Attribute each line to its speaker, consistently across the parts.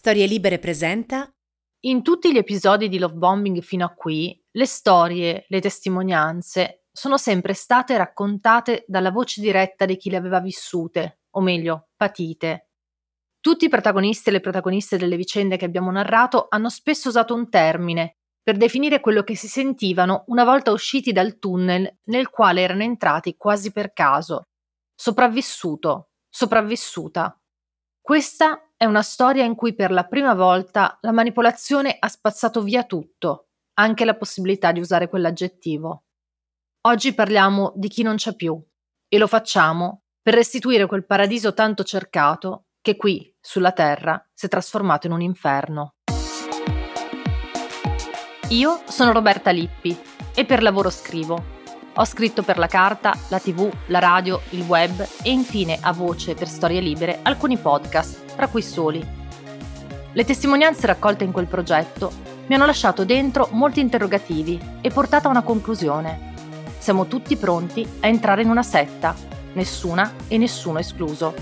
Speaker 1: Storie Libere presenta.
Speaker 2: In tutti gli episodi di Love Bombing fino a qui, le storie, le testimonianze sono sempre state raccontate dalla voce diretta di chi le aveva vissute, o meglio, patite. Tutti i protagonisti e le protagoniste delle vicende che abbiamo narrato hanno spesso usato un termine per definire quello che si sentivano una volta usciti dal tunnel nel quale erano entrati quasi per caso. Sopravvissuto, sopravvissuta. Questa è una storia in cui per la prima volta la manipolazione ha spazzato via tutto, anche la possibilità di usare quell'aggettivo. Oggi parliamo di chi non c'è più e lo facciamo per restituire quel paradiso tanto cercato che qui, sulla Terra, si è trasformato in un inferno. Io sono Roberta Lippi e per lavoro scrivo. Ho scritto per la carta, la TV, la radio, il web e infine a voce per Storie Libere alcuni podcast, tra cui Soli. Le testimonianze raccolte in quel progetto mi hanno lasciato dentro molti interrogativi e portato a una conclusione. Siamo tutti pronti a entrare in una setta, nessuna e nessuno escluso.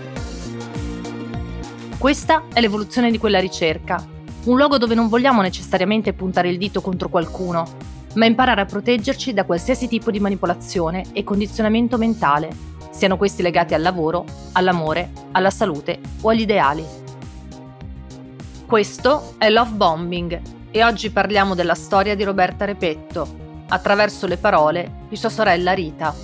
Speaker 2: Questa è l'evoluzione di quella ricerca, un luogo dove non vogliamo necessariamente puntare il dito contro qualcuno, ma imparare a proteggerci da qualsiasi tipo di manipolazione e condizionamento mentale, siano questi legati al lavoro, all'amore, alla salute o agli ideali. Questo è Love Bombing e oggi parliamo della storia di Roberta Repetto, attraverso le parole di sua sorella Rita.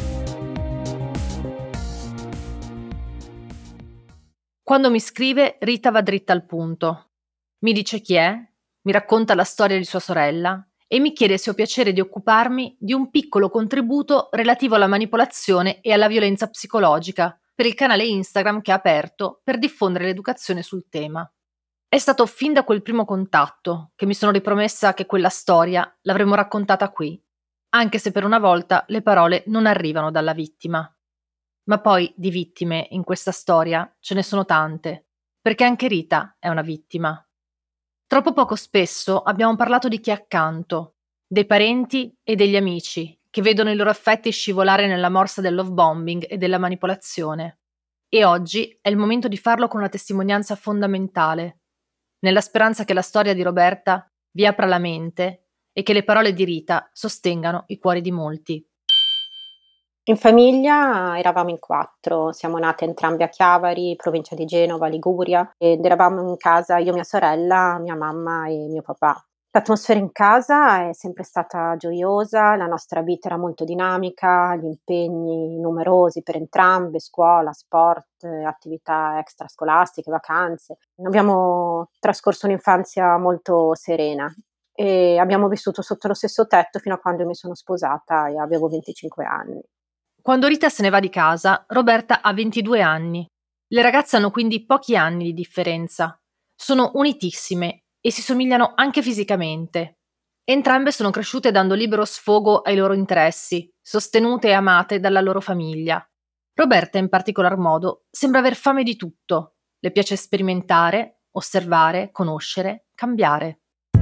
Speaker 2: Quando mi scrive, Rita va dritta al punto. Mi dice chi è, mi racconta la storia di sua sorella e mi chiede se ho piacere di occuparmi di un piccolo contributo relativo alla manipolazione e alla violenza psicologica per il canale Instagram che ha aperto per diffondere l'educazione sul tema. È stato fin da quel primo contatto che mi sono ripromessa che quella storia l'avremmo raccontata qui, anche se per una volta le parole non arrivano dalla vittima. Ma poi di vittime in questa storia ce ne sono tante, perché anche Rita è una vittima. Troppo poco spesso abbiamo parlato di chi è accanto, dei parenti e degli amici che vedono i loro affetti scivolare nella morsa del love bombing e della manipolazione. E oggi è il momento di farlo con una testimonianza fondamentale, nella speranza che la storia di Roberta vi apra la mente e che le parole di Rita sostengano i cuori di molti.
Speaker 3: In famiglia eravamo in 4, siamo nate entrambe a Chiavari, provincia di Genova, Liguria, ed eravamo in casa io, mia sorella, mia mamma e mio papà. L'atmosfera in casa è sempre stata gioiosa, la nostra vita era molto dinamica, gli impegni numerosi per entrambe, scuola, sport, attività extrascolastiche, vacanze. Abbiamo trascorso un'infanzia molto serena e abbiamo vissuto sotto lo stesso tetto fino a quando mi sono sposata e avevo 25 anni.
Speaker 2: Quando Rita se ne va di casa, Roberta ha 22 anni. Le ragazze hanno quindi pochi anni di differenza. Sono unitissime e si somigliano anche fisicamente. Entrambe sono cresciute dando libero sfogo ai loro interessi, sostenute e amate dalla loro famiglia. Roberta, in particolar modo, sembra aver fame di tutto. Le piace sperimentare, osservare, conoscere, cambiare.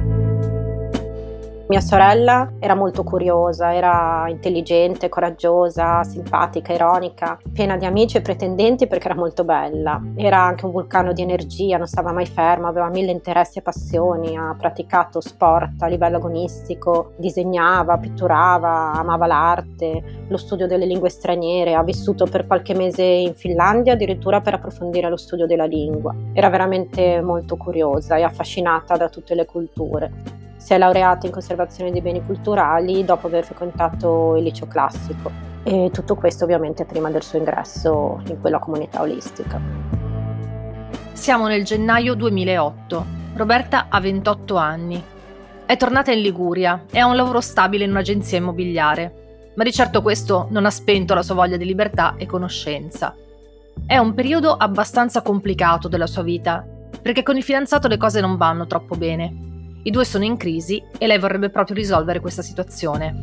Speaker 3: Mia sorella era molto curiosa, era intelligente, coraggiosa, simpatica, ironica, piena di amici e pretendenti perché era molto bella. Era anche un vulcano di energia, non stava mai ferma, aveva 1000 interessi e passioni, ha praticato sport a livello agonistico, disegnava, pitturava, amava l'arte, lo studio delle lingue straniere, ha vissuto per qualche mese in Finlandia addirittura per approfondire lo studio della lingua. Era veramente molto curiosa e affascinata da tutte le culture. Si è laureata in conservazione dei beni culturali dopo aver frequentato il liceo classico e tutto questo ovviamente prima del suo ingresso in quella comunità olistica.
Speaker 2: Siamo nel gennaio 2008. Roberta ha 28 anni. È tornata in Liguria e ha un lavoro stabile in un'agenzia immobiliare, ma di certo questo non ha spento la sua voglia di libertà e conoscenza. È un periodo abbastanza complicato della sua vita, perché con il fidanzato le cose non vanno troppo bene. I due sono in crisi e lei vorrebbe proprio risolvere questa situazione.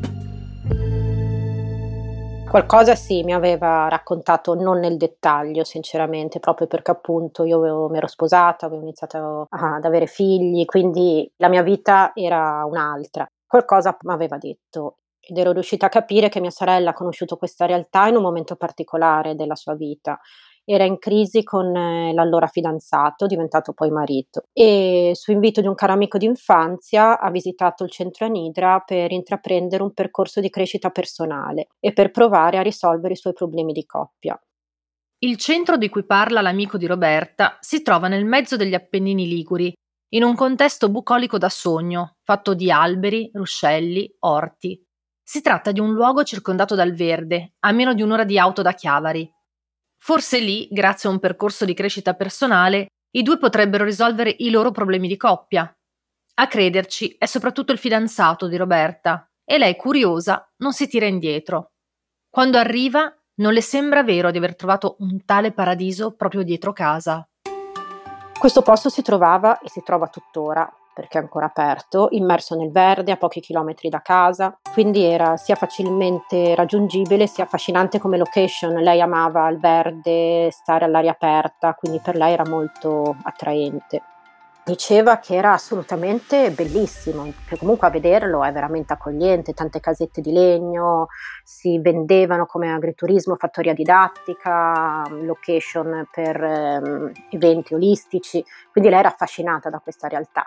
Speaker 3: Qualcosa sì, mi aveva raccontato, non nel dettaglio sinceramente, proprio perché appunto io mi ero sposata, avevo iniziato ad avere figli, quindi la mia vita era un'altra. Qualcosa mi aveva detto ed ero riuscita a capire che mia sorella ha conosciuto questa realtà in un momento particolare della sua vita, Era in crisi con l'allora fidanzato, diventato poi marito, e su invito di un caro amico d'infanzia ha visitato il centro Anidra per intraprendere un percorso di crescita personale e per provare a risolvere i suoi problemi di coppia.
Speaker 2: Il centro di cui parla l'amico di Roberta si trova nel mezzo degli Appennini liguri, in un contesto bucolico da sogno, fatto di alberi, ruscelli, orti. Si tratta di un luogo circondato dal verde, a meno di un'ora di auto da Chiavari. Forse lì, grazie a un percorso di crescita personale, i due potrebbero risolvere i loro problemi di coppia. A crederci è soprattutto il fidanzato di Roberta e lei, curiosa, non si tira indietro. Quando arriva, non le sembra vero di aver trovato un tale paradiso proprio dietro casa.
Speaker 3: Questo posto si trovava e si trova tuttora, perché è ancora aperto, immerso nel verde a pochi chilometri da casa, quindi era sia facilmente raggiungibile sia affascinante come location. Lei amava il verde, stare all'aria aperta, quindi per lei era molto attraente. Diceva che era assolutamente bellissimo, che comunque a vederlo è veramente accogliente, tante casette di legno, si vendevano come agriturismo, fattoria didattica, location per eventi olistici, quindi lei era affascinata da questa realtà.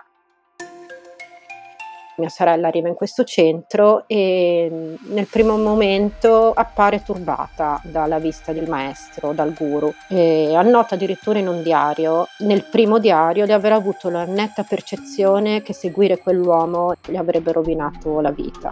Speaker 3: Mia sorella arriva in questo centro e nel primo momento appare turbata dalla vista del maestro, dal guru, e annota addirittura in un diario, nel primo diario, di aver avuto la netta percezione che seguire quell'uomo le avrebbe rovinato la vita.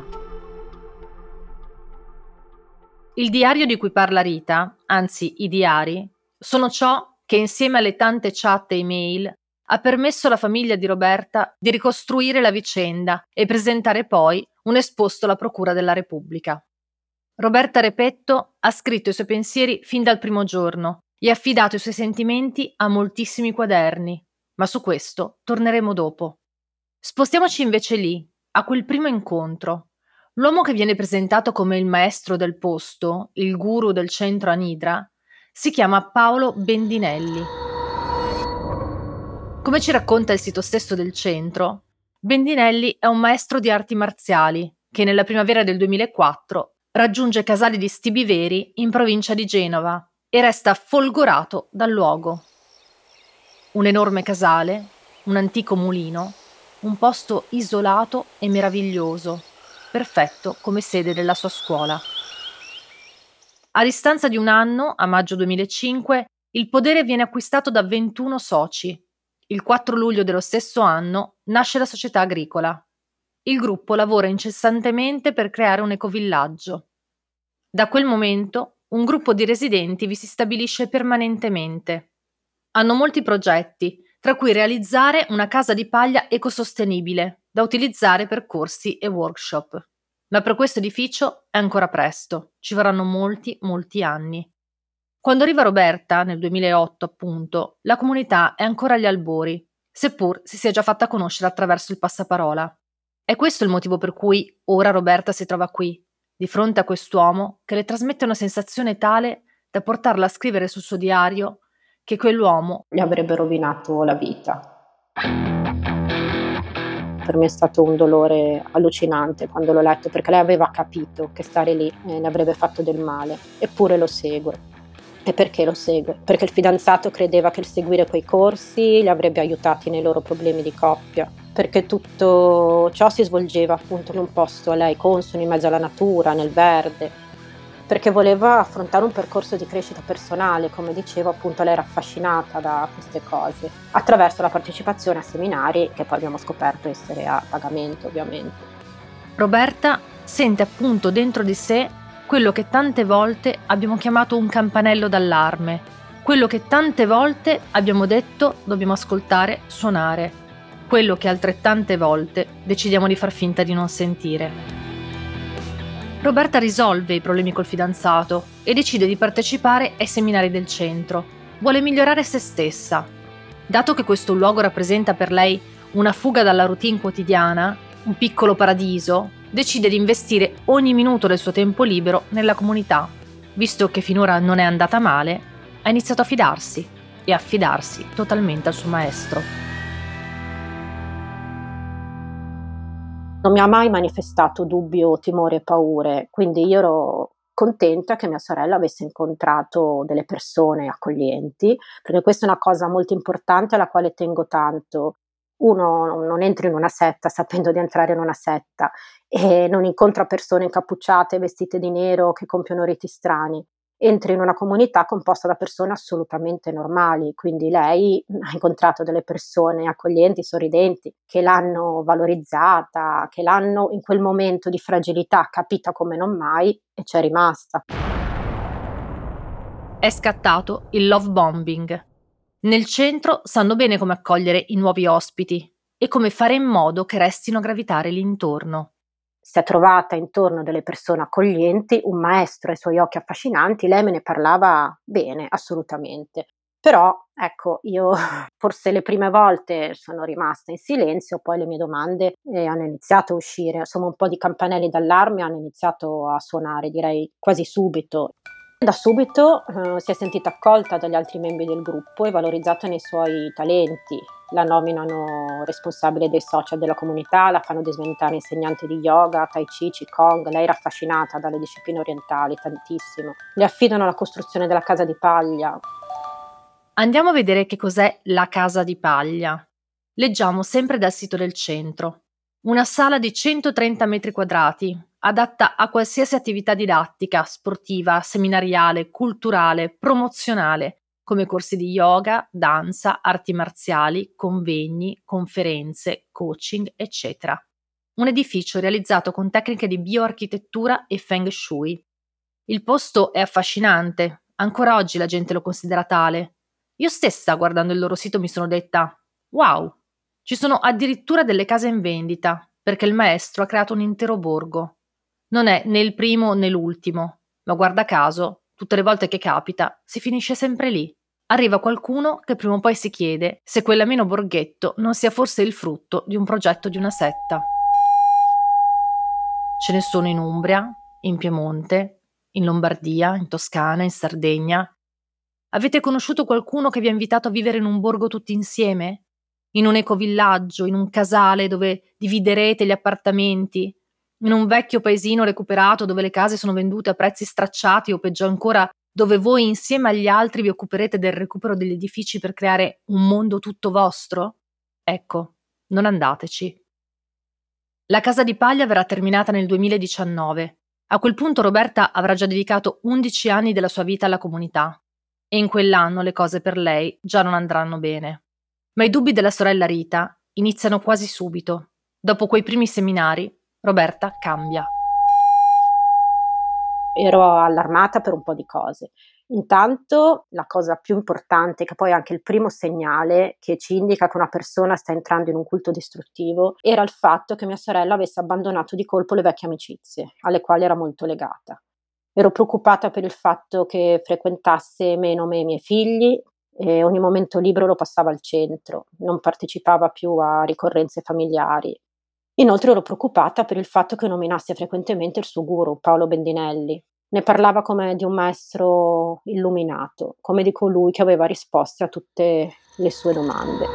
Speaker 2: Il diario di cui parla Rita, anzi i diari, sono ciò che insieme alle tante chat e email ha permesso alla famiglia di Roberta di ricostruire la vicenda e presentare poi un esposto alla Procura della Repubblica. Roberta Repetto ha scritto i suoi pensieri fin dal primo giorno e ha affidato i suoi sentimenti a moltissimi quaderni, ma su questo torneremo dopo. Spostiamoci invece lì, a quel primo incontro. L'uomo che viene presentato come il maestro del posto, il guru del centro Anidra, si chiama Paolo Bendinelli. Come ci racconta il sito stesso del centro, Bendinelli è un maestro di arti marziali che nella primavera del 2004 raggiunge Casali di Stibiveri in provincia di Genova e resta folgorato dal luogo. Un enorme casale, un antico mulino, un posto isolato e meraviglioso, perfetto come sede della sua scuola. A distanza di un anno, a maggio 2005, il podere viene acquistato da 21 soci. Il 4 luglio dello stesso anno nasce la società agricola. Il gruppo lavora incessantemente per creare un ecovillaggio. Da quel momento, un gruppo di residenti vi si stabilisce permanentemente. Hanno molti progetti, tra cui realizzare una casa di paglia ecosostenibile, da utilizzare per corsi e workshop. Ma per questo edificio è ancora presto, ci vorranno molti, molti anni. Quando arriva Roberta, nel 2008 appunto, la comunità è ancora agli albori, seppur si sia già fatta conoscere attraverso il passaparola. È questo il motivo per cui ora Roberta si trova qui, di fronte a quest'uomo che le trasmette una sensazione tale da portarla a scrivere sul suo diario che quell'uomo
Speaker 3: Gli avrebbe rovinato la vita. Per me è stato un dolore allucinante quando l'ho letto, perché lei aveva capito che stare lì le avrebbe fatto del male, eppure lo segue. E perché lo segue? Perché il fidanzato credeva che il seguire quei corsi li avrebbe aiutati nei loro problemi di coppia, perché tutto ciò si svolgeva appunto in un posto a lei consono, in mezzo alla natura, nel verde, perché voleva affrontare un percorso di crescita personale, come dicevo appunto lei era affascinata da queste cose, attraverso la partecipazione a seminari che poi abbiamo scoperto essere a pagamento ovviamente.
Speaker 2: Roberta sente appunto dentro di sé quello che tante volte abbiamo chiamato un campanello d'allarme, quello che tante volte abbiamo detto dobbiamo ascoltare suonare, quello che altrettante volte decidiamo di far finta di non sentire. Roberta risolve i problemi col fidanzato e decide di partecipare ai seminari del centro. Vuole migliorare se stessa. Dato che questo luogo rappresenta per lei una fuga dalla routine quotidiana, un piccolo paradiso, decide di investire ogni minuto del suo tempo libero nella comunità. Visto che finora non è andata male, ha iniziato a fidarsi e a fidarsi totalmente al suo maestro.
Speaker 3: Non mi ha mai manifestato dubbi o timori e paure, quindi io ero contenta che mia sorella avesse incontrato delle persone accoglienti, perché questa è una cosa molto importante alla quale tengo tanto. Uno non entra in una setta sapendo di entrare in una setta e non incontra persone incappucciate, vestite di nero, che compiono riti strani. Entri in una comunità composta da persone assolutamente normali, quindi lei ha incontrato delle persone accoglienti, sorridenti, che l'hanno valorizzata, che l'hanno in quel momento di fragilità capita come non mai e c'è rimasta.
Speaker 2: È scattato il love bombing. Nel centro sanno bene come accogliere i nuovi ospiti e come fare in modo che restino a gravitare lì intorno.
Speaker 3: Si è trovata intorno delle persone accoglienti, un maestro ai suoi occhi affascinanti, lei me ne parlava bene, assolutamente. Però, ecco, io forse le prime volte sono rimasta in silenzio, poi le mie domande, hanno iniziato a uscire, insomma un po' di campanelli d'allarme hanno iniziato a suonare, direi quasi subito. Da subito, si è sentita accolta dagli altri membri del gruppo e valorizzata nei suoi talenti. La nominano responsabile dei social della comunità, la fanno diventare insegnante di yoga, tai chi, qigong. Lei era affascinata dalle discipline orientali, tantissimo. Le affidano la costruzione della casa di paglia.
Speaker 2: Andiamo a vedere che cos'è la casa di paglia. Leggiamo sempre dal sito del centro. Una sala di 130 metri quadrati, adatta a qualsiasi attività didattica, sportiva, seminariale, culturale, promozionale, come corsi di yoga, danza, arti marziali, convegni, conferenze, coaching, eccetera. Un edificio realizzato con tecniche di bioarchitettura e feng shui. Il posto è affascinante, ancora oggi la gente lo considera tale. Io stessa, guardando il loro sito, mi sono detta: wow, ci sono addirittura delle case in vendita, perché il maestro ha creato un intero borgo. Non è né il primo né l'ultimo, ma guarda caso, tutte le volte che capita, si finisce sempre lì. Arriva qualcuno che prima o poi si chiede se quell'ameno borghetto non sia forse il frutto di un progetto di una setta. Ce ne sono in Umbria, in Piemonte, in Lombardia, in Toscana, in Sardegna. Avete conosciuto qualcuno che vi ha invitato a vivere in un borgo tutti insieme? In un ecovillaggio, in un casale dove dividerete gli appartamenti? In un vecchio paesino recuperato dove le case sono vendute a prezzi stracciati o peggio ancora, dove voi insieme agli altri vi occuperete del recupero degli edifici per creare un mondo tutto vostro? Ecco, non andateci. La casa di paglia verrà terminata nel 2019. A quel punto Roberta avrà già dedicato 11 anni della sua vita alla comunità e in quell'anno le cose per lei già non andranno bene. Ma i dubbi della sorella Rita iniziano quasi subito. Dopo quei primi seminari, Roberta cambia.
Speaker 3: Ero allarmata per un po' di cose. Intanto la cosa più importante, che poi è anche il primo segnale che ci indica che una persona sta entrando in un culto distruttivo, era il fatto che mia sorella avesse abbandonato di colpo le vecchie amicizie, alle quali era molto legata. Ero preoccupata per il fatto che frequentasse meno me e i miei figli e ogni momento libero lo passava al centro, non partecipava più a ricorrenze familiari. Inoltre ero preoccupata per il fatto che nominasse frequentemente il suo guru, Paolo Bendinelli. Ne parlava come di un maestro illuminato, come di colui che aveva risposte a tutte le sue domande.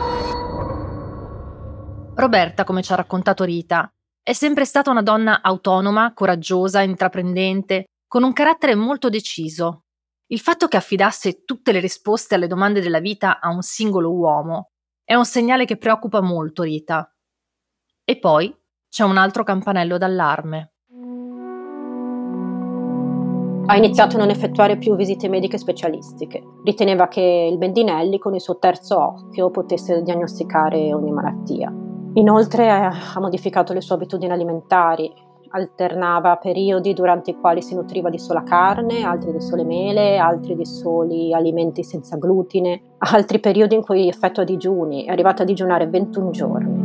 Speaker 2: Roberta, come ci ha raccontato Rita, è sempre stata una donna autonoma, coraggiosa, intraprendente, con un carattere molto deciso. Il fatto che affidasse tutte le risposte alle domande della vita a un singolo uomo è un segnale che preoccupa molto Rita. E poi c'è un altro campanello d'allarme.
Speaker 3: Ha iniziato a non effettuare più visite mediche specialistiche. Riteneva che il Bendinelli con il suo terzo occhio potesse diagnosticare ogni malattia. Inoltre ha modificato le sue abitudini alimentari, alternava periodi durante i quali si nutriva di sola carne, altri di sole mele, altri di soli alimenti senza glutine, altri periodi in cui effettua digiuni, è arrivata a digiunare 21 giorni.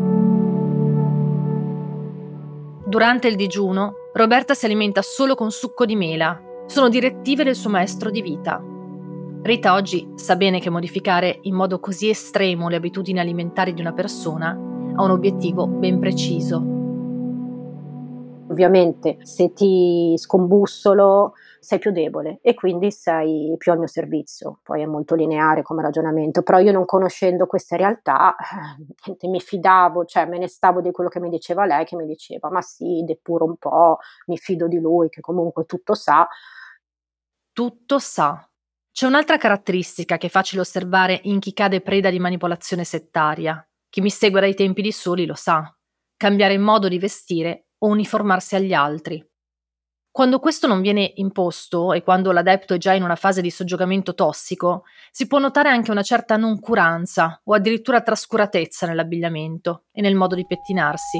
Speaker 2: Durante il digiuno, Roberta si alimenta solo con succo di mela. Sono direttive del suo maestro di vita. Rita oggi sa bene che modificare in modo così estremo le abitudini alimentari di una persona ha un obiettivo ben preciso.
Speaker 3: Ovviamente se ti scombussolo sei più debole e quindi sei più al mio servizio. Poi è molto lineare come ragionamento, però io non conoscendo queste realtà, niente, mi fidavo, cioè me ne stavo di quello che mi diceva lei, che mi diceva: "Ma sì, depuro un po', mi fido di lui che comunque tutto sa".
Speaker 2: Tutto sa. C'è un'altra caratteristica che è facile osservare in chi cade preda di manipolazione settaria. Chi mi segue dai tempi di Soli lo sa. Cambiare modo di vestire o uniformarsi agli altri. Quando questo non viene imposto e quando l'adepto è già in una fase di soggiogamento tossico, si può notare anche una certa noncuranza o addirittura trascuratezza nell'abbigliamento e nel modo di pettinarsi.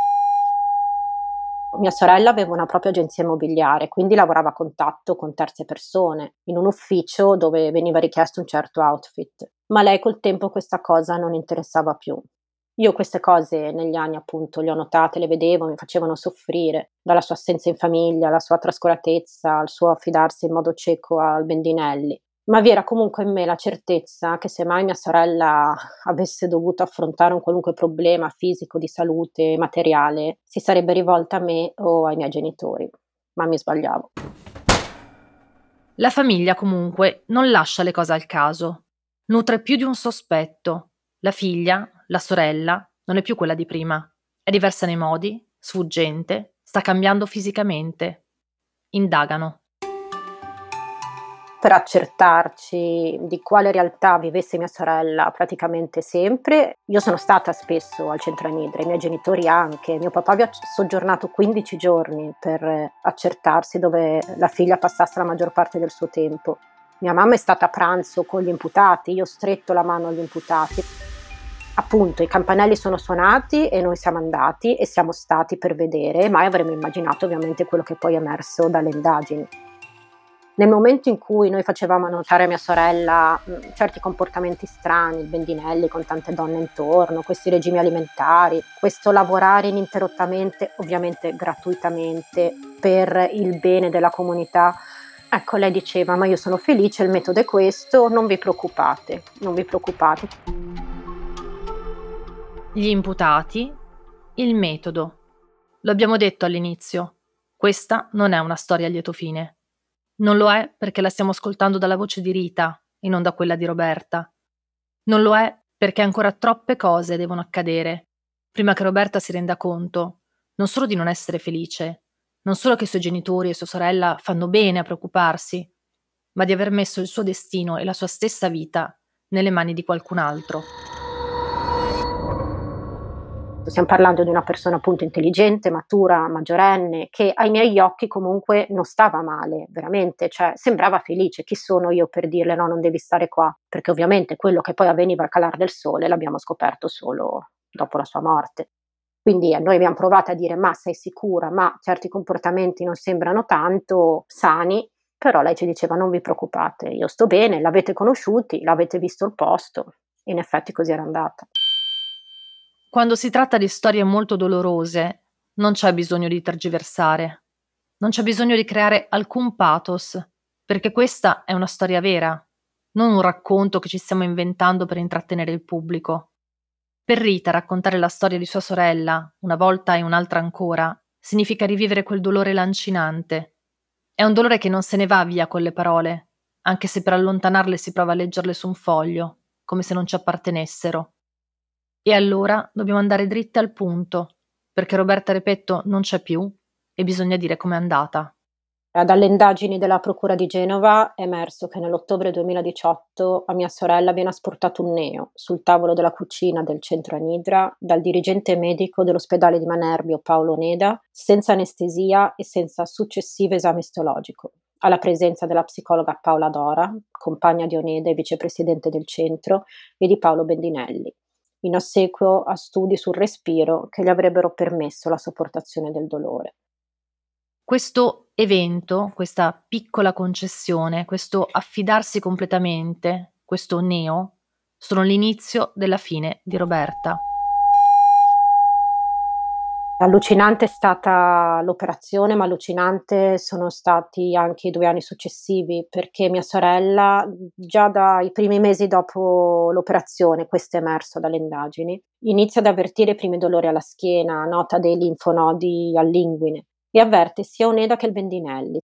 Speaker 3: Mia sorella aveva una propria agenzia immobiliare, quindi lavorava a contatto con terze persone, in un ufficio dove veniva richiesto un certo outfit, ma lei col tempo questa cosa non interessava più. Io queste cose negli anni appunto le ho notate, le vedevo, mi facevano soffrire, dalla sua assenza in famiglia, alla sua trascuratezza, al suo affidarsi in modo cieco al Bendinelli. Ma vi era comunque in me la certezza che se mai mia sorella avesse dovuto affrontare un qualunque problema fisico, di salute, materiale, si sarebbe rivolta a me o ai miei genitori. Ma mi sbagliavo.
Speaker 2: La famiglia comunque non lascia le cose al caso. Nutre più di un sospetto. La figlia, la sorella, non è più quella di prima. È diversa nei modi, sfuggente, sta cambiando fisicamente. Indagano.
Speaker 3: Per accertarci di quale realtà vivesse mia sorella praticamente sempre, io sono stata spesso al centro Anidra, i miei genitori anche. Mio papà vi ha soggiornato 15 giorni per accertarsi dove la figlia passasse la maggior parte del suo tempo. Mia mamma è stata a pranzo con gli imputati, io ho stretto la mano agli imputati. Appunto, i campanelli sono suonati e noi siamo andati e siamo stati per vedere, mai avremmo immaginato ovviamente quello che poi è emerso dalle indagini. Nel momento in cui noi facevamo notare a mia sorella, certi comportamenti strani, il Bendinelli con tante donne intorno, questi regimi alimentari, questo lavorare ininterrottamente, ovviamente gratuitamente, per il bene della comunità, ecco lei diceva: "Ma io sono felice, il metodo è questo, non vi preoccupate, non vi preoccupate".
Speaker 2: Gli imputati, il metodo. Lo abbiamo detto all'inizio. Questa non è una storia a lieto fine. Non lo è perché la stiamo ascoltando dalla voce di Rita e non da quella di Roberta. Non lo è perché ancora troppe cose devono accadere prima che Roberta si renda conto non solo di non essere felice, non solo che i suoi genitori e sua sorella fanno bene a preoccuparsi, ma di aver messo il suo destino e la sua stessa vita nelle mani di qualcun altro.
Speaker 3: Stiam parlando di una persona appunto intelligente, matura, maggiorenne, che ai miei occhi comunque non stava male, veramente, cioè sembrava felice. Chi sono io per dirle: "No, non devi stare qua", perché ovviamente quello che poi avveniva al calar del sole l'abbiamo scoperto solo dopo la sua morte. Quindi, noi abbiam provato a dire: "Ma sei sicura? Ma certi comportamenti non sembrano tanto sani", però lei ci diceva: "Non vi preoccupate, io sto bene, l'avete conosciuti, l'avete visto il posto". In effetti così era andata.
Speaker 2: Quando si tratta di storie molto dolorose, non c'è bisogno di tergiversare, non c'è bisogno di creare alcun pathos, perché questa è una storia vera, non un racconto che ci stiamo inventando per intrattenere il pubblico. Per Rita raccontare la storia di sua sorella, una volta e un'altra ancora, significa rivivere quel dolore lancinante. È un dolore che non se ne va via con le parole, anche se per allontanarle si prova a leggerle su un foglio, come se non ci appartenessero. E allora dobbiamo andare dritte al punto, perché Roberta Repetto non c'è più e bisogna dire com'è andata.
Speaker 3: Dalle indagini della procura di Genova è emerso che nell'ottobre 2018 a mia sorella viene asportato un neo sul tavolo della cucina del centro Anidra dal dirigente medico dell'ospedale di Manerbio Paolo Neda, senza anestesia e senza successivo esame istologico, alla presenza della psicologa Paola Dora, compagna di Oneda e vicepresidente del centro, e di Paolo Bendinelli, in ossequio a studi sul respiro che gli avrebbero permesso la sopportazione del dolore.
Speaker 2: Questo evento, questa piccola concessione, questo affidarsi completamente, questo neo, sono l'inizio della fine di Roberta.
Speaker 3: Allucinante è stata l'operazione, ma allucinante sono stati anche i 2 anni successivi, perché mia sorella, già dai primi mesi dopo l'operazione, questo è emerso dalle indagini, inizia ad avvertire i primi dolori alla schiena, nota dei linfonodi all'inguine e avverte sia Oneda che il Bendinelli.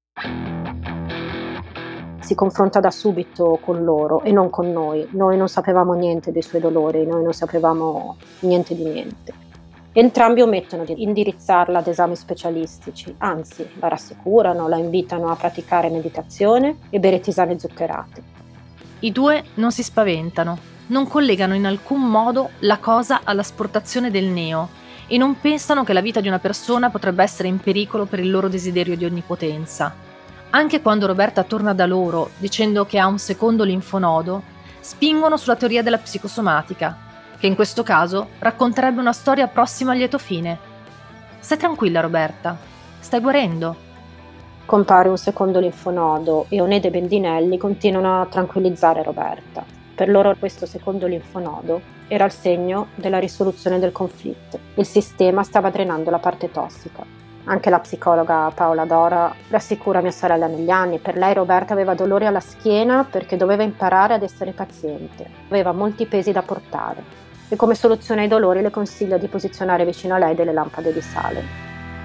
Speaker 3: Si confronta da subito con loro e non con noi. Noi non sapevamo niente dei suoi dolori, noi non sapevamo niente di niente. Entrambi omettono di indirizzarla ad esami specialistici, anzi la rassicurano, la invitano a praticare meditazione e bere tisane zuccherate.
Speaker 2: I due non si spaventano, non collegano in alcun modo la cosa all'asportazione del neo e non pensano che la vita di una persona potrebbe essere in pericolo per il loro desiderio di onnipotenza. Anche quando Roberta torna da loro dicendo che ha un secondo linfonodo, spingono sulla teoria della psicosomatica, che in questo caso racconterebbe una storia prossima al lieto fine. Stai tranquilla, Roberta, stai guarendo.
Speaker 3: Compare un secondo linfonodo e Oneda e Bendinelli continuano a tranquillizzare Roberta. Per loro questo secondo linfonodo era il segno della risoluzione del conflitto. Il sistema stava drenando la parte tossica. Anche la psicologa Paola Dora rassicura mia sorella negli anni. Per lei Roberta aveva dolori alla schiena perché doveva imparare ad essere paziente. Aveva molti pesi da portare e come soluzione ai dolori le consiglia di posizionare vicino a lei delle lampade di sale.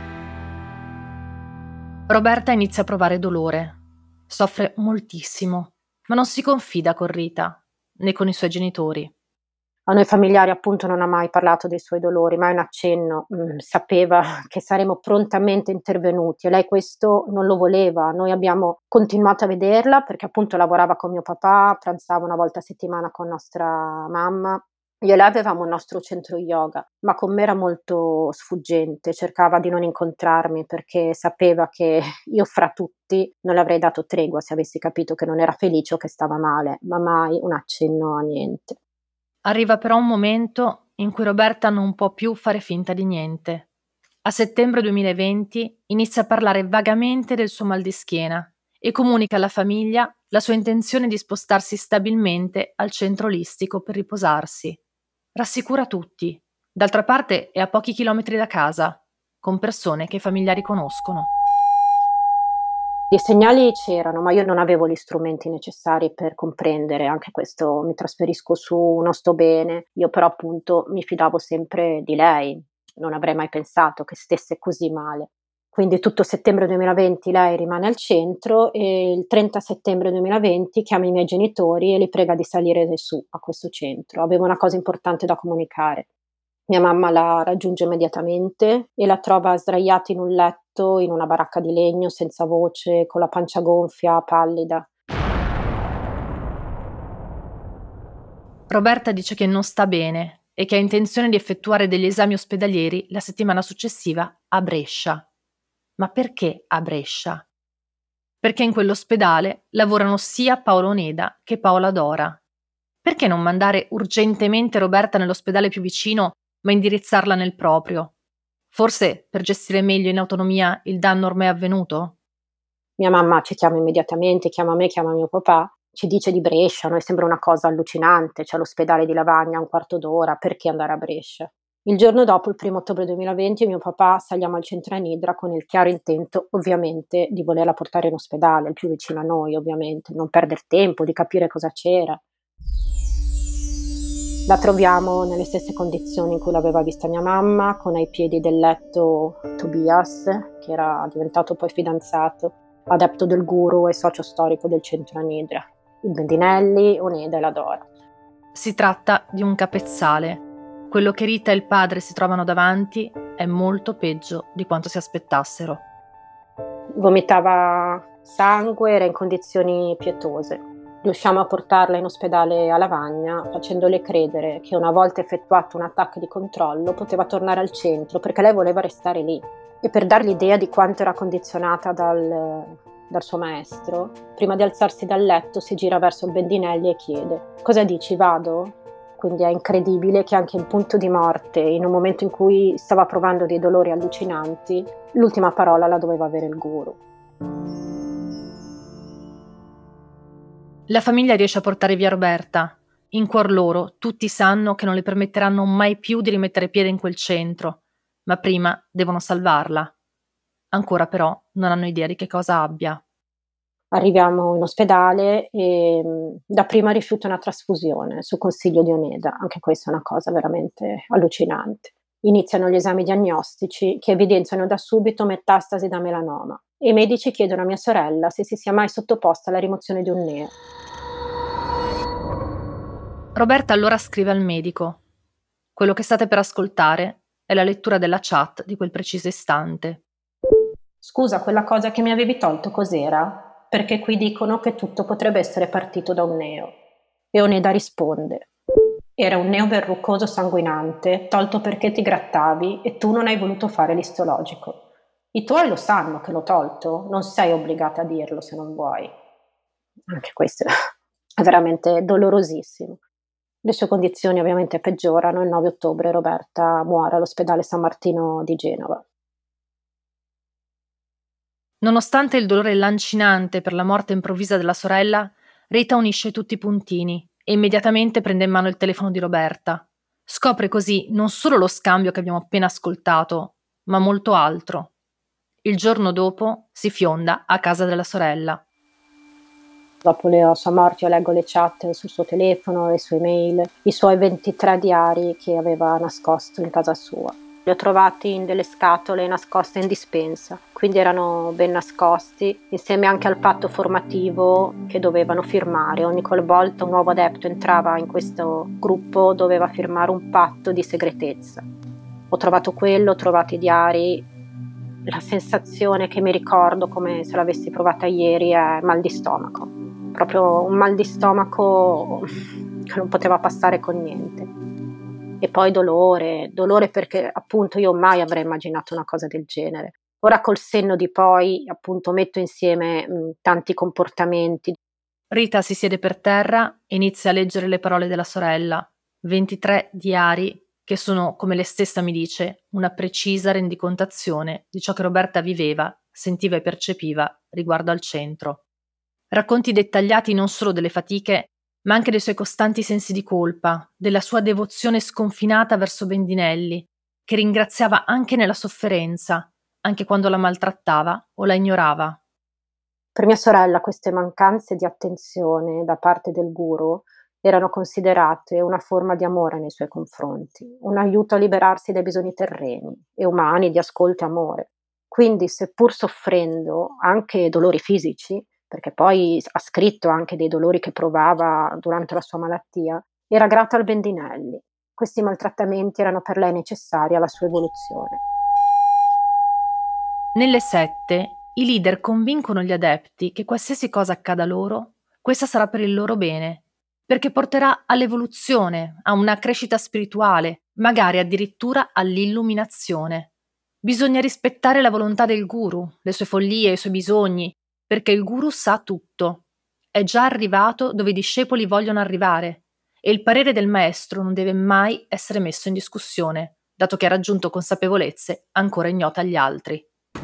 Speaker 2: Roberta inizia a provare dolore. Soffre moltissimo, ma non si confida con Rita, né con i suoi genitori.
Speaker 3: A noi familiari appunto non ha mai parlato dei suoi dolori, mai un accenno, sapeva che saremmo prontamente intervenuti e lei questo non lo voleva. Noi abbiamo continuato a vederla perché appunto lavorava con mio papà, pranzava una volta a settimana con nostra mamma. Io e lei avevamo il nostro centro yoga, ma con me era molto sfuggente, cercava di non incontrarmi perché sapeva che io fra tutti non le avrei dato tregua se avessi capito che non era felice o che stava male, ma mai un accenno a niente.
Speaker 2: Arriva però un momento in cui Roberta non può più fare finta di niente. A settembre 2020 inizia a parlare vagamente del suo mal di schiena e comunica alla famiglia la sua intenzione di spostarsi stabilmente al centro olistico per riposarsi. Rassicura tutti. D'altra parte è a pochi chilometri da casa, con persone che i familiari conoscono.
Speaker 3: I segnali c'erano, ma io non avevo gli strumenti necessari per comprendere anche questo, mi trasferisco su, non sto bene. Io però appunto mi fidavo sempre di lei, non avrei mai pensato che stesse così male. Quindi tutto settembre 2020 lei rimane al centro e il 30 settembre 2020 chiama i miei genitori e li prega di salire su a questo centro. Avevo una cosa importante da comunicare. Mia mamma la raggiunge immediatamente e la trova sdraiata in un letto in una baracca di legno, senza voce, con la pancia gonfia, pallida.
Speaker 2: Roberta dice che non sta bene e che ha intenzione di effettuare degli esami ospedalieri la settimana successiva a Brescia. Ma perché a Brescia? Perché in quell'ospedale lavorano sia Paolo Oneda che Paola Dora. Perché non mandare urgentemente Roberta nell'ospedale più vicino, ma indirizzarla nel proprio? Forse per gestire meglio in autonomia il danno ormai avvenuto?
Speaker 3: Mia mamma ci chiama immediatamente, chiama me, chiama mio papà, ci dice di Brescia, a noi sembra una cosa allucinante, c'è l'ospedale di Lavagna a un quarto d'ora, perché andare a Brescia? Il giorno dopo, il 1° ottobre 2020, mio papà saliamo al centro Anidra con il chiaro intento, ovviamente, di volerla portare in ospedale, il più vicino a noi, ovviamente, non perder tempo, di capire cosa c'era. La troviamo nelle stesse condizioni in cui l'aveva vista mia mamma, con ai piedi del letto Tobias, che era diventato poi fidanzato, adepto del guru e socio storico del centro Anidra, il Bendinelli, Oneda e la Dora.
Speaker 2: Si tratta di un capezzale. Quello che Rita e il padre si trovano davanti è molto peggio di quanto si aspettassero.
Speaker 3: Vomitava sangue, era in condizioni pietose. Riusciamo a portarla in ospedale a Lavagna, facendole credere che una volta effettuato un attacco di controllo poteva tornare al centro perché lei voleva restare lì. E per dargli idea di quanto era condizionata dal suo maestro, prima di alzarsi dal letto si gira verso il Bendinelli e chiede: "Cosa dici, vado?" Quindi è incredibile che anche in punto di morte, in un momento in cui stava provando dei dolori allucinanti, l'ultima parola la doveva avere il guru.
Speaker 2: La famiglia riesce a portare via Roberta. In cuor loro tutti sanno che non le permetteranno mai più di rimettere piede in quel centro, ma prima devono salvarla. Ancora però non hanno idea di che cosa abbia.
Speaker 3: Arriviamo in ospedale e dapprima rifiuta una trasfusione su consiglio di Oneda, anche questa è una cosa veramente allucinante. Iniziano gli esami diagnostici che evidenziano da subito metastasi da melanoma e i medici chiedono a mia sorella se si sia mai sottoposta alla rimozione di un neo.
Speaker 2: Roberta allora scrive al medico: quello che state per ascoltare è la lettura della chat di quel preciso istante.
Speaker 3: Scusa, quella cosa che mi avevi tolto cos'era? Perché qui dicono che tutto potrebbe essere partito da un neo. E Oneda risponde: era un neo verrucoso sanguinante, tolto perché ti grattavi e tu non hai voluto fare l'istologico. I tuoi lo sanno che l'ho tolto, non sei obbligata a dirlo se non vuoi. Anche questo è veramente dolorosissimo. Le sue condizioni ovviamente peggiorano. Il 9 ottobre Roberta muore all'ospedale San Martino di Genova.
Speaker 2: Nonostante il dolore lancinante per la morte improvvisa della sorella, Rita unisce tutti i puntini e immediatamente prende in mano il telefono di Roberta. Scopre così non solo lo scambio che abbiamo appena ascoltato, ma molto altro. Il giorno dopo si fionda a casa della sorella.
Speaker 3: Dopo la sua morte io leggo le chat sul suo telefono, le sue mail, i suoi 23 diari che aveva nascosto in casa sua. Li ho trovati in delle scatole nascoste in dispensa, quindi erano ben nascosti, insieme anche al patto formativo che dovevano firmare. Ogni qualvolta un nuovo adepto entrava in questo gruppo doveva firmare un patto di segretezza. Ho trovato quello, ho trovato i diari. La sensazione che mi ricordo come se l'avessi provata ieri è mal di stomaco. Proprio un mal di stomaco che non poteva passare con niente. E poi dolore perché appunto io mai avrei immaginato una cosa del genere. Ora col senno di poi appunto metto insieme tanti comportamenti.
Speaker 2: Rita si siede per terra e inizia a leggere le parole della sorella, 23 diari che sono, come lei stessa mi dice, una precisa rendicontazione di ciò che Roberta viveva, sentiva e percepiva riguardo al centro. Racconti dettagliati non solo delle fatiche, ma anche dei suoi costanti sensi di colpa, della sua devozione sconfinata verso Bendinelli, che ringraziava anche nella sofferenza, anche quando la maltrattava o la ignorava.
Speaker 3: Per mia sorella queste mancanze di attenzione da parte del guru erano considerate una forma di amore nei suoi confronti, un aiuto a liberarsi dai bisogni terreni e umani di ascolto e amore. Quindi, seppur soffrendo anche dolori fisici, perché poi ha scritto anche dei dolori che provava durante la sua malattia, era grata al Bendinelli. Questi maltrattamenti erano per lei necessari alla sua evoluzione.
Speaker 2: Nelle sette, i leader convincono gli adepti che qualsiasi cosa accada loro, questa sarà per il loro bene, perché porterà all'evoluzione, a una crescita spirituale, magari addirittura all'illuminazione. Bisogna rispettare la volontà del guru, le sue follie, i suoi bisogni, perché il guru sa tutto. È già arrivato dove i discepoli vogliono arrivare e il parere del maestro non deve mai essere messo in discussione, dato che ha raggiunto consapevolezze ancora ignote agli altri.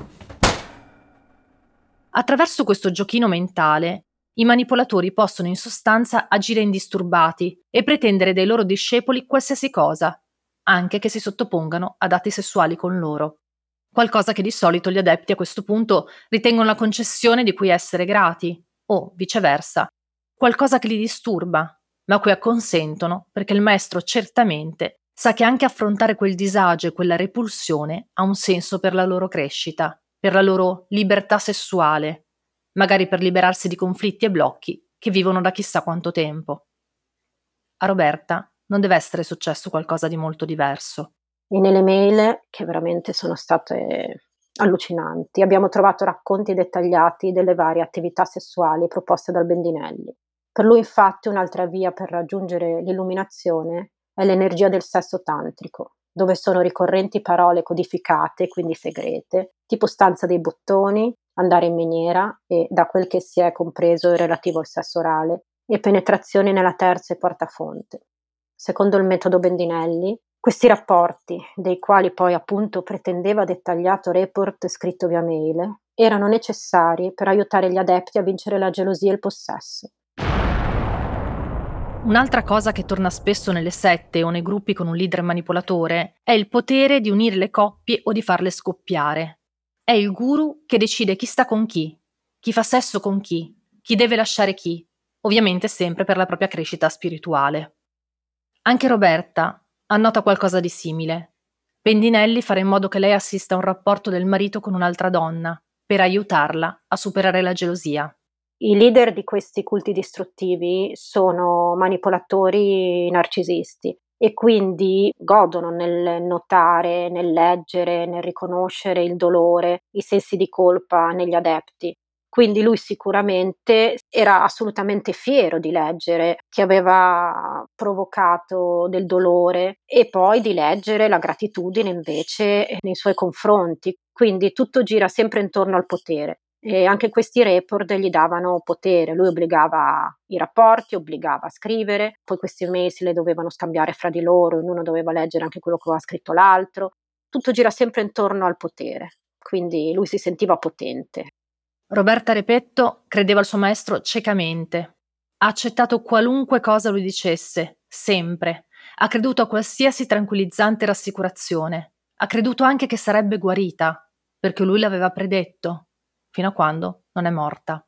Speaker 2: Attraverso questo giochino mentale, i manipolatori possono in sostanza agire indisturbati e pretendere dai loro discepoli qualsiasi cosa, anche che si sottopongano ad atti sessuali con loro. Qualcosa che di solito gli adepti a questo punto ritengono la concessione di cui essere grati, o viceversa, qualcosa che li disturba, ma a cui acconsentono perché il maestro certamente sa che anche affrontare quel disagio e quella repulsione ha un senso per la loro crescita, per la loro libertà sessuale, magari per liberarsi di conflitti e blocchi che vivono da chissà quanto tempo. A Roberta non deve essere successo qualcosa di molto diverso.
Speaker 3: E nelle mail, che veramente sono state allucinanti, abbiamo trovato racconti dettagliati delle varie attività sessuali proposte dal Bendinelli. Per lui infatti un'altra via per raggiungere l'illuminazione è l'energia del sesso tantrico, dove sono ricorrenti parole codificate, quindi segrete, tipo stanza dei bottoni, andare in miniera e, da quel che si è compreso, il relativo al sesso orale, e penetrazione nella terza e quarta fonte. Secondo il metodo Bendinelli, questi rapporti, dei quali poi appunto pretendeva dettagliato report scritto via mail, erano necessari per aiutare gli adepti a vincere la gelosia e il possesso.
Speaker 2: Un'altra cosa che torna spesso nelle sette o nei gruppi con un leader manipolatore è il potere di unire le coppie o di farle scoppiare. È il guru che decide chi sta con chi fa sesso con chi deve lasciare chi, ovviamente sempre per la propria crescita spirituale. Anche Roberta annota qualcosa di simile. Bendinelli farà in modo che lei assista a un rapporto del marito con un'altra donna, per aiutarla a superare la gelosia.
Speaker 3: I leader di questi culti distruttivi sono manipolatori narcisisti e quindi godono nel notare, nel leggere, nel riconoscere il dolore, i sensi di colpa negli adepti. Quindi lui sicuramente era assolutamente fiero di leggere chi aveva provocato del dolore e poi di leggere la gratitudine invece nei suoi confronti. Quindi tutto gira sempre intorno al potere. E anche questi report gli davano potere, lui obbligava i rapporti, obbligava a scrivere, poi questi email se le dovevano scambiare fra di loro, ognuno doveva leggere anche quello che aveva scritto l'altro, tutto gira sempre intorno al potere, quindi lui si sentiva potente.
Speaker 2: Roberta Repetto credeva al suo maestro ciecamente. Ha accettato qualunque cosa lui dicesse, sempre. Ha creduto a qualsiasi tranquillizzante rassicurazione. Ha creduto anche che sarebbe guarita, perché lui l'aveva predetto, fino a quando non è morta.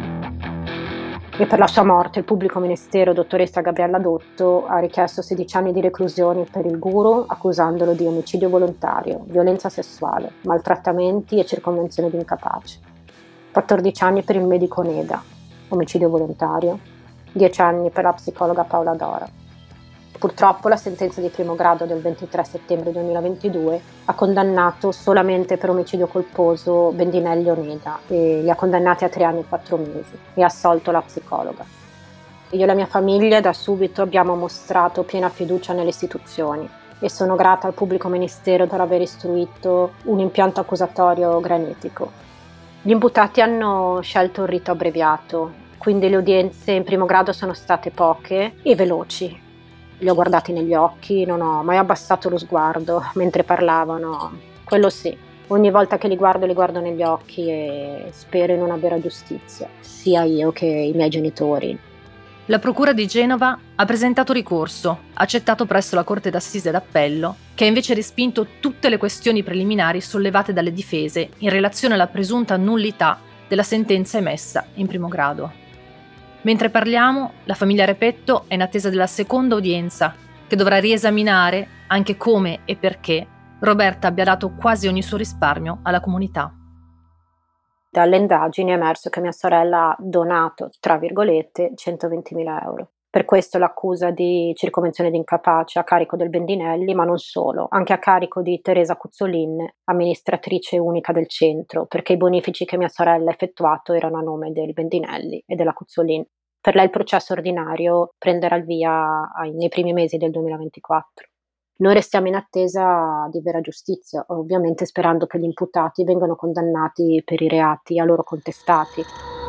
Speaker 3: E per la sua morte il pubblico ministero, dottoressa Gabriella Dotto, ha richiesto 16 anni di reclusione per il guru, accusandolo di omicidio volontario, violenza sessuale, maltrattamenti e circonvenzione di incapace. 14 anni per il medico Neda, omicidio volontario, 10 anni per la psicologa Paola Dora. Purtroppo la sentenza di primo grado del 23 settembre 2022 ha condannato solamente per omicidio colposo Bendinelli Oneda e li ha condannati a 3 anni e 4 mesi e ha assolto la psicologa. Io e la mia famiglia da subito abbiamo mostrato piena fiducia nelle istituzioni e sono grata al pubblico ministero per aver istruito un impianto accusatorio granitico. Gli imputati hanno scelto un rito abbreviato, quindi le udienze in primo grado sono state poche e veloci. Li ho guardati negli occhi, non ho mai abbassato lo sguardo mentre parlavano, quello sì. Ogni volta che li guardo negli occhi e spero in una vera giustizia, sia io che i miei genitori.
Speaker 2: La Procura di Genova ha presentato ricorso, accettato presso la Corte d'Assise d'Appello, che ha invece respinto tutte le questioni preliminari sollevate dalle difese in relazione alla presunta nullità della sentenza emessa in primo grado. Mentre parliamo, la famiglia Repetto è in attesa della seconda udienza, che dovrà riesaminare anche come e perché Roberta abbia dato quasi ogni suo risparmio alla comunità.
Speaker 3: Dalle indagini è emerso che mia sorella ha donato, tra virgolette, 120.000 euro. Per questo l'accusa di circonvenzione di incapace a carico del Bendinelli, ma non solo, anche a carico di Teresa Cuzzolin, amministratrice unica del centro, perché i bonifici che mia sorella ha effettuato erano a nome del Bendinelli e della Cuzzolin. Per lei il processo ordinario prenderà il via nei primi mesi del 2024. Noi restiamo in attesa di vera giustizia, ovviamente sperando che gli imputati vengano condannati per i reati a loro contestati.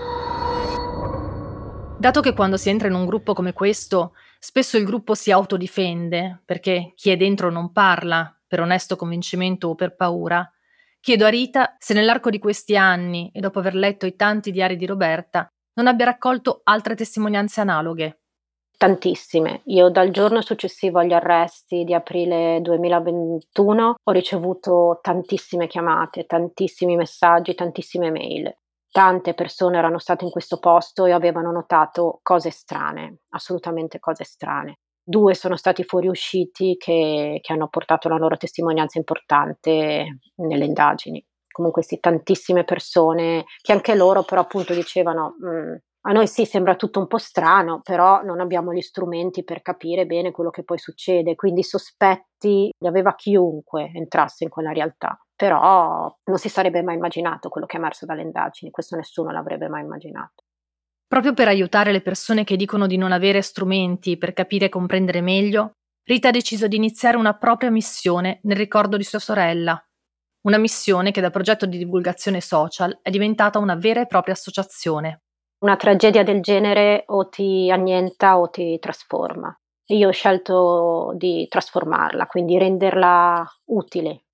Speaker 2: Dato che quando si entra in un gruppo come questo, spesso il gruppo si autodifende, perché chi è dentro non parla, per onesto convincimento o per paura, chiedo a Rita se nell'arco di questi anni, e dopo aver letto i tanti diari di Roberta, non abbia raccolto altre testimonianze analoghe.
Speaker 3: Tantissime. Io dal giorno successivo agli arresti di aprile 2021 ho ricevuto tantissime chiamate, tantissimi messaggi, tantissime mail. Tante persone erano state in questo posto e avevano notato cose strane, assolutamente cose strane. 2 sono stati fuoriusciti che hanno portato la loro testimonianza importante nelle indagini. Comunque sì, tantissime persone che anche loro però appunto dicevano a noi sì, sembra tutto un po' strano, però non abbiamo gli strumenti per capire bene quello che poi succede, quindi i sospetti li aveva chiunque entrasse in quella realtà, però non si sarebbe mai immaginato quello che è emerso dalle indagini, questo nessuno l'avrebbe mai immaginato.
Speaker 2: Proprio per aiutare le persone che dicono di non avere strumenti per capire e comprendere meglio, Rita ha deciso di iniziare una propria missione nel ricordo di sua sorella. Una missione che da progetto di divulgazione social è diventata una vera e propria associazione.
Speaker 3: Una tragedia del genere o ti annienta o ti trasforma. Io ho scelto di trasformarla, quindi renderla utile.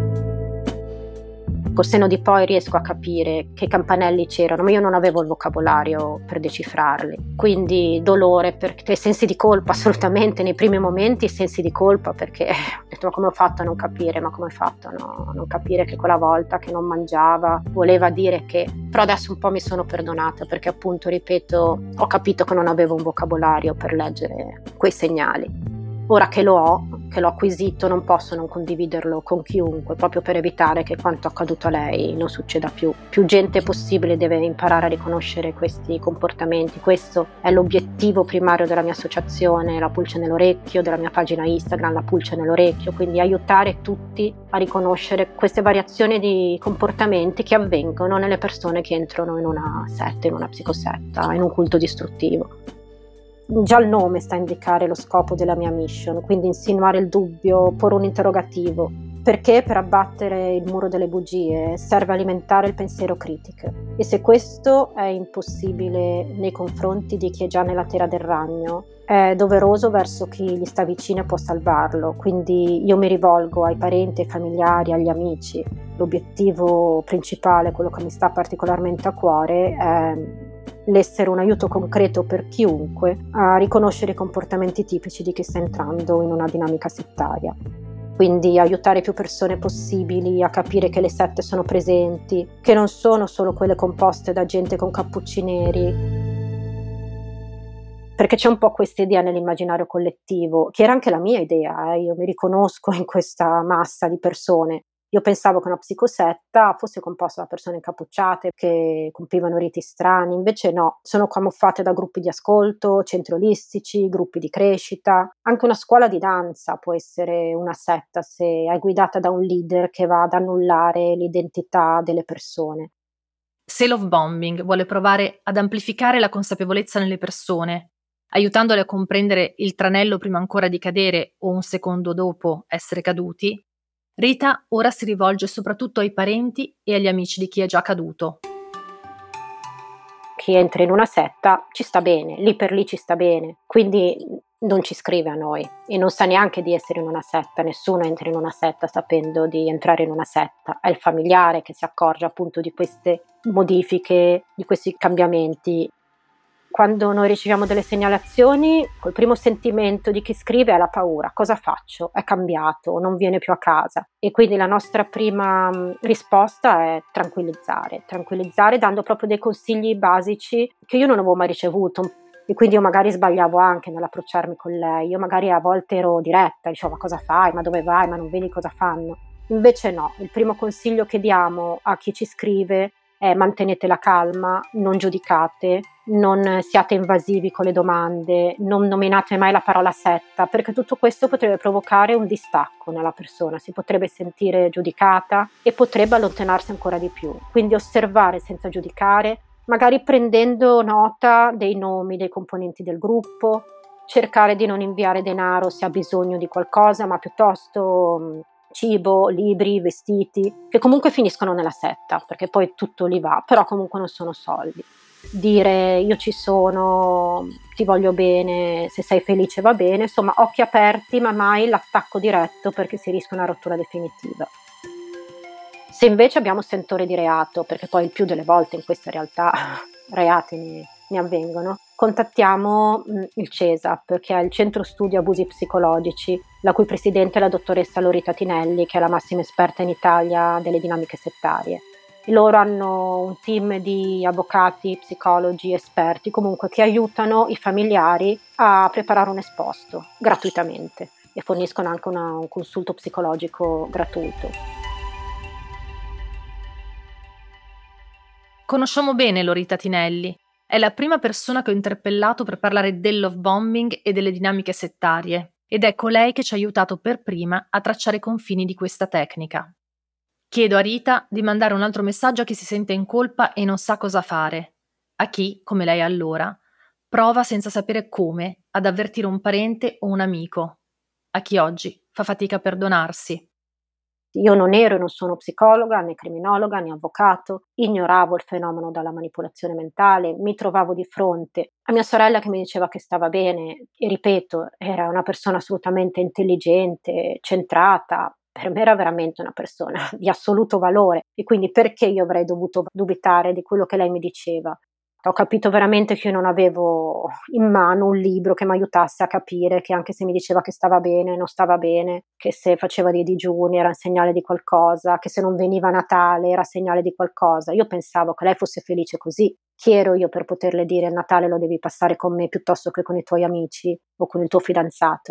Speaker 3: Col senno di poi riesco a capire che campanelli c'erano, ma io non avevo il vocabolario per decifrarli. Quindi dolore, perché sensi di colpa assolutamente, nei primi momenti sensi di colpa, perché ho detto ma come ho fatto a non capire, ma come ho fatto a non capire che quella volta che non mangiava voleva dire che... Però adesso un po' mi sono perdonata perché appunto, ripeto, ho capito che non avevo un vocabolario per leggere quei segnali. Ora che lo ho, che l'ho acquisito non posso non condividerlo con chiunque, proprio per evitare che quanto accaduto a lei non succeda più. Più gente possibile deve imparare a riconoscere questi comportamenti. Questo è l'obiettivo primario della mia associazione, La Pulce nell'Orecchio, della mia pagina Instagram, La Pulce nell'Orecchio, quindi aiutare tutti a riconoscere queste variazioni di comportamenti che avvengono nelle persone che entrano in una setta, in una psicosetta, in un culto distruttivo. Già il nome sta a indicare lo scopo della mia mission, quindi insinuare il dubbio, porre un interrogativo. Perché per abbattere il muro delle bugie serve alimentare il pensiero critico. E se questo è impossibile nei confronti di chi è già nella terra del ragno, è doveroso verso chi gli sta vicino e può salvarlo. Quindi io mi rivolgo ai parenti, ai familiari, agli amici. L'obiettivo principale, quello che mi sta particolarmente a cuore, è l'essere un aiuto concreto per chiunque a riconoscere i comportamenti tipici di chi sta entrando in una dinamica settaria. Quindi aiutare più persone possibili a capire che le sette sono presenti, che non sono solo quelle composte da gente con cappucci neri. Perché c'è un po' questa idea nell'immaginario collettivo, che era anche la mia idea, io mi riconosco in questa massa di persone. Io pensavo che una psicosetta fosse composta da persone incappucciate che compivano riti strani, invece no, sono camuffate da gruppi di ascolto, centri olistici, gruppi di crescita. Anche una scuola di danza può essere una setta se è guidata da un leader che va ad annullare l'identità delle persone.
Speaker 2: Se Love Bombing vuole provare ad amplificare la consapevolezza nelle persone, aiutandole a comprendere il tranello prima ancora di cadere o un secondo dopo essere caduti, Rita ora si rivolge soprattutto ai parenti e agli amici di chi è già caduto.
Speaker 3: Chi entra in una setta ci sta bene, lì per lì ci sta bene, quindi non ci scrive a noi e non sa neanche di essere in una setta, nessuno entra in una setta sapendo di entrare in una setta, è il familiare che si accorge appunto di queste modifiche, di questi cambiamenti. Quando noi riceviamo delle segnalazioni, col primo sentimento di chi scrive è la paura. Cosa faccio? È cambiato, non viene più a casa. E quindi la nostra prima risposta è tranquillizzare dando proprio dei consigli basici che io non avevo mai ricevuto. E quindi io magari sbagliavo anche nell'approcciarmi con lei. Io magari a volte ero diretta, dicevo ma cosa fai, ma dove vai, ma non vedi cosa fanno. Invece no, il primo consiglio che diamo a chi ci scrive è mantenete la calma, non giudicate, non siate invasivi con le domande, non nominate mai la parola setta, perché tutto questo potrebbe provocare un distacco nella persona, si potrebbe sentire giudicata e potrebbe allontanarsi ancora di più. Quindi osservare senza giudicare, magari prendendo nota dei nomi dei componenti del gruppo, cercare di non inviare denaro se ha bisogno di qualcosa, ma piuttosto cibo, libri, vestiti, che comunque finiscono nella setta, perché poi tutto lì va, però comunque non sono soldi. Dire io ci sono, ti voglio bene, se sei felice va bene, insomma occhi aperti ma mai l'attacco diretto perché si rischia una rottura definitiva. Se invece abbiamo sentore di reato, perché poi il più delle volte in queste realtà reati ne avvengono, contattiamo il CESAP, che è il Centro Studi Abusi Psicologici, la cui presidente è la dottoressa Lorita Tinelli, che è la massima esperta in Italia delle dinamiche settarie. E loro hanno un team di avvocati, psicologi, esperti, comunque che aiutano i familiari a preparare un esposto gratuitamente e forniscono anche un consulto psicologico gratuito.
Speaker 2: Conosciamo bene Lorita Tinelli. È la prima persona che ho interpellato per parlare del love bombing e delle dinamiche settarie, ed è colei che ci ha aiutato per prima a tracciare i confini di questa tecnica. Chiedo a Rita di mandare un altro messaggio a chi si sente in colpa e non sa cosa fare, a chi, come lei allora, prova senza sapere come ad avvertire un parente o un amico, a chi oggi fa fatica a perdonarsi.
Speaker 3: Io non ero e non sono psicologa, né criminologa, né avvocato, ignoravo il fenomeno della manipolazione mentale, mi trovavo di fronte a mia sorella che mi diceva che stava bene e ripeto, era una persona assolutamente intelligente, centrata, per me era veramente una persona di assoluto valore e quindi perché io avrei dovuto dubitare di quello che lei mi diceva? Ho capito veramente che io non avevo in mano un libro che m'aiutasse a capire che anche se mi diceva che stava bene, non stava bene, che se faceva dei digiuni era un segnale di qualcosa, che se non veniva a Natale era segnale di qualcosa. Io pensavo che lei fosse felice così. Chi ero io per poterle dire il Natale lo devi passare con me piuttosto che con i tuoi amici o con il tuo fidanzato?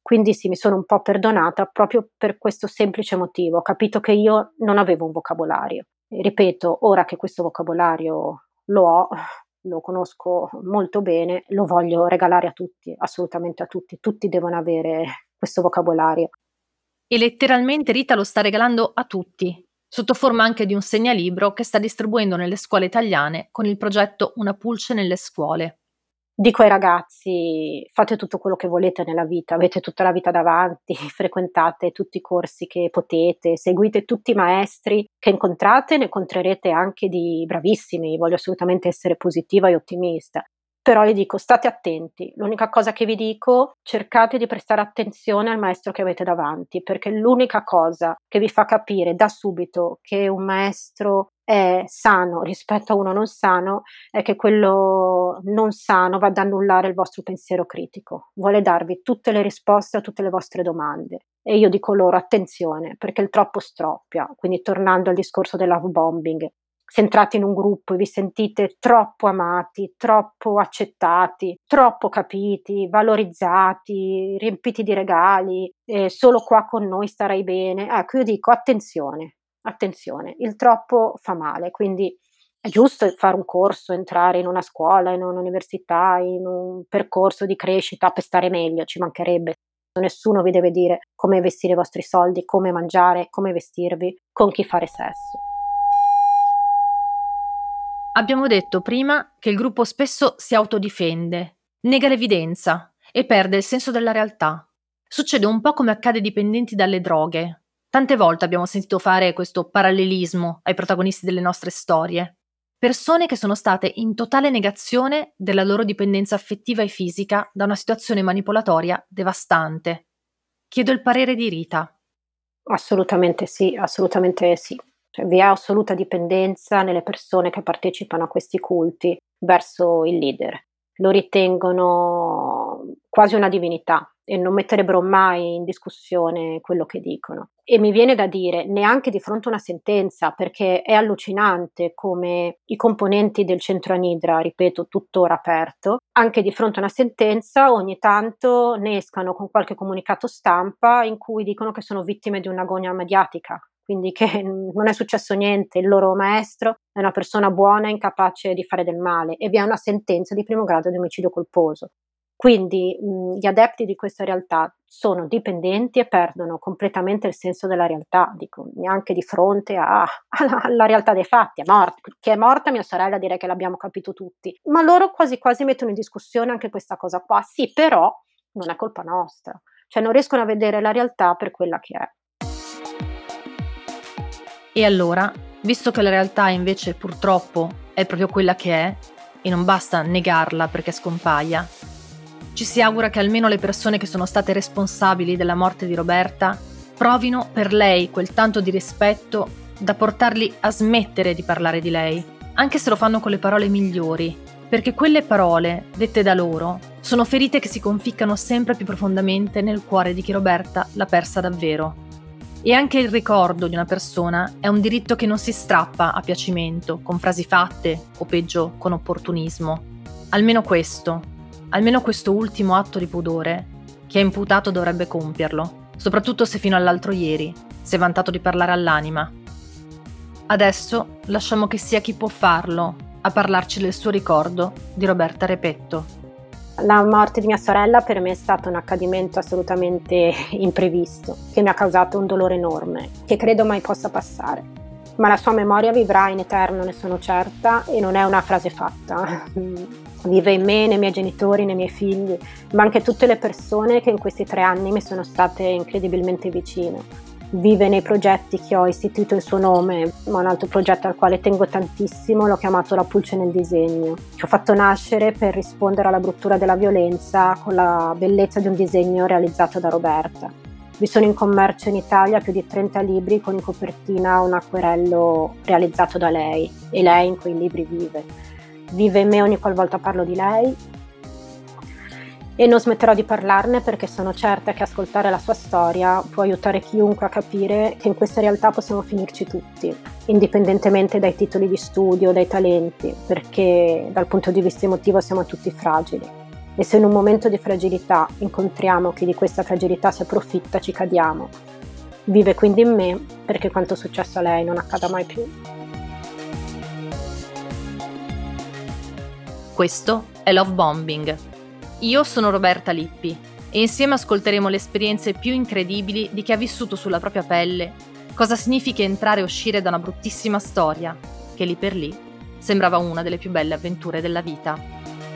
Speaker 3: Quindi sì, mi sono un po' perdonata proprio per questo semplice motivo. Ho capito che io non avevo un vocabolario. E ripeto, ora che questo vocabolario lo ho, lo conosco molto bene, lo voglio regalare a tutti, assolutamente a tutti. Tutti devono avere questo vocabolario.
Speaker 2: E letteralmente Rita lo sta regalando a tutti, sotto forma anche di un segnalibro che sta distribuendo nelle scuole italiane con il progetto Una pulce nelle scuole.
Speaker 3: Dico ai ragazzi: fate tutto quello che volete nella vita, avete tutta la vita davanti, frequentate tutti i corsi che potete, seguite tutti i maestri che incontrate, ne incontrerete anche di bravissimi, voglio assolutamente essere positiva e ottimista. Però gli dico: state attenti, l'unica cosa che vi dico, cercate di prestare attenzione al maestro che avete davanti, perché l'unica cosa che vi fa capire da subito che un maestro è sano rispetto a uno non sano è che quello non sano va ad annullare il vostro pensiero critico, vuole darvi tutte le risposte a tutte le vostre domande. E io dico loro: attenzione, perché il troppo stroppia. Quindi, tornando al discorso del love bombing, se entrate in un gruppo e vi sentite troppo amati, troppo accettati, troppo capiti, valorizzati, riempiti di regali, solo qua con noi starai bene, ecco, io dico attenzione, attenzione, il troppo fa male, quindi è giusto fare un corso, entrare in una scuola, in un'università, in un percorso di crescita per stare meglio, ci mancherebbe. Nessuno vi deve dire come investire i vostri soldi, come mangiare, come vestirvi, con chi fare sesso.
Speaker 2: Abbiamo detto prima che il gruppo spesso si autodifende, nega l'evidenza e perde il senso della realtà. Succede un po' come accade ai dipendenti dalle droghe. Tante volte abbiamo sentito fare questo parallelismo ai protagonisti delle nostre storie. Persone che sono state in totale negazione della loro dipendenza affettiva e fisica da una situazione manipolatoria devastante. Chiedo il parere di Rita.
Speaker 3: Assolutamente sì, assolutamente sì. Cioè, vi è assoluta dipendenza nelle persone che partecipano a questi culti verso il leader. Lo ritengono quasi una divinità e non metterebbero mai in discussione quello che dicono. E mi viene da dire, neanche di fronte a una sentenza, perché è allucinante come i componenti del centro Anidra, ripeto, tuttora aperto, anche di fronte a una sentenza ogni tanto ne escano con qualche comunicato stampa in cui dicono che sono vittime di un'agonia mediatica, quindi che non è successo niente, il loro maestro è una persona buona e incapace di fare del male e vi è una sentenza di primo grado di omicidio colposo. Quindi gli adepti di questa realtà sono dipendenti e perdono completamente il senso della realtà, dico, neanche di fronte alla realtà dei fatti. Che è morta mia sorella, direi che l'abbiamo capito tutti, ma loro quasi quasi mettono in discussione anche questa cosa qua. Sì, però non è colpa nostra, cioè non riescono a vedere la realtà per quella che è.
Speaker 2: E allora, visto che la realtà invece purtroppo è proprio quella che è, e non basta negarla perché scompaia, ci si augura che almeno le persone che sono state responsabili della morte di Roberta provino per lei quel tanto di rispetto da portarli a smettere di parlare di lei, anche se lo fanno con le parole migliori, perché quelle parole, dette da loro, sono ferite che si conficcano sempre più profondamente nel cuore di chi Roberta l'ha persa davvero. E anche il ricordo di una persona è un diritto che non si strappa a piacimento, con frasi fatte o peggio con opportunismo. Almeno questo ultimo atto di pudore, chi è imputato dovrebbe compierlo, soprattutto se fino all'altro ieri si è vantato di parlare all'anima. Adesso lasciamo che sia chi può farlo a parlarci del suo ricordo di Roberta Repetto.
Speaker 3: La morte di mia sorella per me è stato un accadimento assolutamente imprevisto, che mi ha causato un dolore enorme, che credo mai possa passare. Ma la sua memoria vivrà in eterno, ne sono certa, e non è una frase fatta. Vive in me, nei miei genitori, nei miei figli, ma anche tutte le persone che in questi 3 anni mi sono state incredibilmente vicine. Vive nei progetti che ho istituito in suo nome, ma un altro progetto al quale tengo tantissimo l'ho chiamato La Pulce nel disegno, che ho fatto nascere per rispondere alla bruttura della violenza con la bellezza di un disegno realizzato da Roberta. Vi sono in commercio in Italia più di 30 libri con in copertina un acquerello realizzato da lei, e lei in quei libri vive. Vive in me ogni qualvolta parlo di lei, e non smetterò di parlarne perché sono certa che ascoltare la sua storia può aiutare chiunque a capire che in questa realtà possiamo finirci tutti, indipendentemente dai titoli di studio, dai talenti, perché dal punto di vista emotivo siamo tutti fragili. E se in un momento di fragilità incontriamo chi di questa fragilità si approfitta, ci cadiamo. Vive quindi in me perché quanto è successo a lei non accada mai più.
Speaker 2: Questo è Love Bombing. Io sono Roberta Lippi e insieme ascolteremo le esperienze più incredibili di chi ha vissuto sulla propria pelle cosa significa entrare e uscire da una bruttissima storia, che lì per lì sembrava una delle più belle avventure della vita.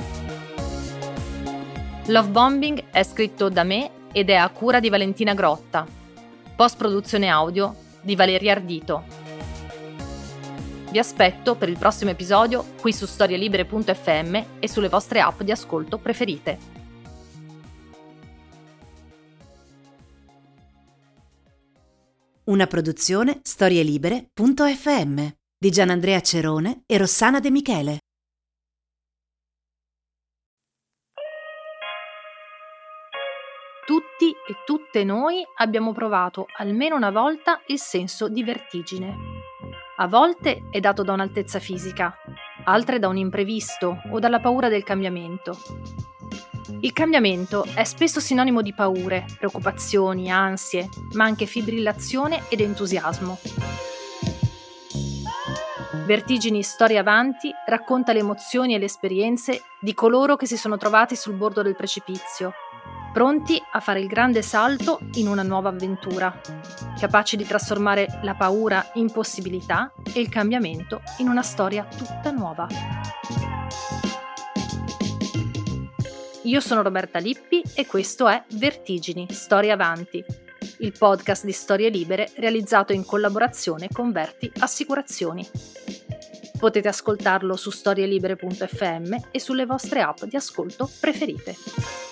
Speaker 2: Love Bombing è scritto da me ed è a cura di Valentina Grotta. Post-produzione audio di Valeria Ardito. Vi aspetto per il prossimo episodio qui su storielibere.fm e sulle vostre app di ascolto preferite.
Speaker 1: Una produzione storielibere.fm di Gianandrea Cerone e Rossana De Michele.
Speaker 2: Tutti e tutte noi abbiamo provato almeno una volta il senso di vertigine. A volte è dato da un'altezza fisica, altre da un imprevisto o dalla paura del cambiamento. Il cambiamento è spesso sinonimo di paure, preoccupazioni, ansie, ma anche fibrillazione ed entusiasmo. Vertigini Storie Avanti racconta le emozioni e le esperienze di coloro che si sono trovati sul bordo del precipizio, pronti a fare il grande salto in una nuova avventura, capaci di trasformare la paura in possibilità e il cambiamento in una storia tutta nuova. Io sono Roberta Lippi e questo è Vertigini, Storie Avanti, il podcast di storie libere realizzato in collaborazione con Verti Assicurazioni. Potete ascoltarlo su storielibere.fm e sulle vostre app di ascolto preferite.